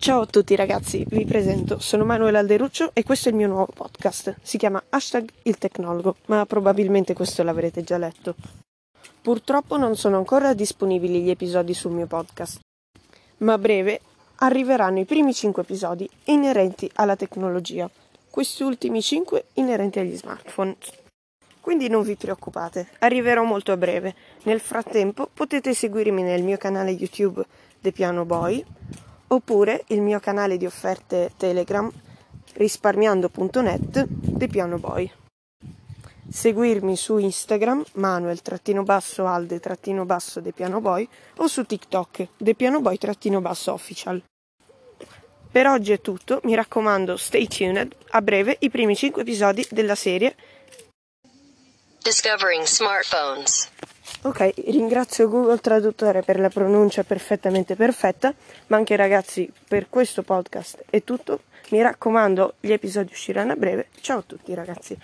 Ciao a tutti ragazzi, vi presento, sono Manuel Alderuccio e questo è il mio nuovo podcast. Si chiama #iltecnologo, ma probabilmente questo l'avrete già letto. Purtroppo non sono ancora disponibili gli episodi sul mio podcast, ma a breve arriveranno i primi 5 episodi inerenti alla tecnologia, questi ultimi 5 inerenti agli smartphone. Quindi non vi preoccupate, arriverò molto a breve. Nel frattempo potete seguirmi nel mio canale YouTube The Piano Boy, oppure il mio canale di offerte Telegram risparmiando.net The Piano Boy. Seguirmi su Instagram Manuel-Alde-The Piano Boy o su TikTok The Piano Boy-official. Per oggi è tutto, mi raccomando stay tuned, a breve i primi 5 episodi della serie Discovering Smartphones. Ok, ringrazio Google Traduttore per la pronuncia perfettamente perfetta, ma anche ragazzi per questo podcast è tutto. Mi raccomando, gli episodi usciranno a breve. Ciao a tutti ragazzi.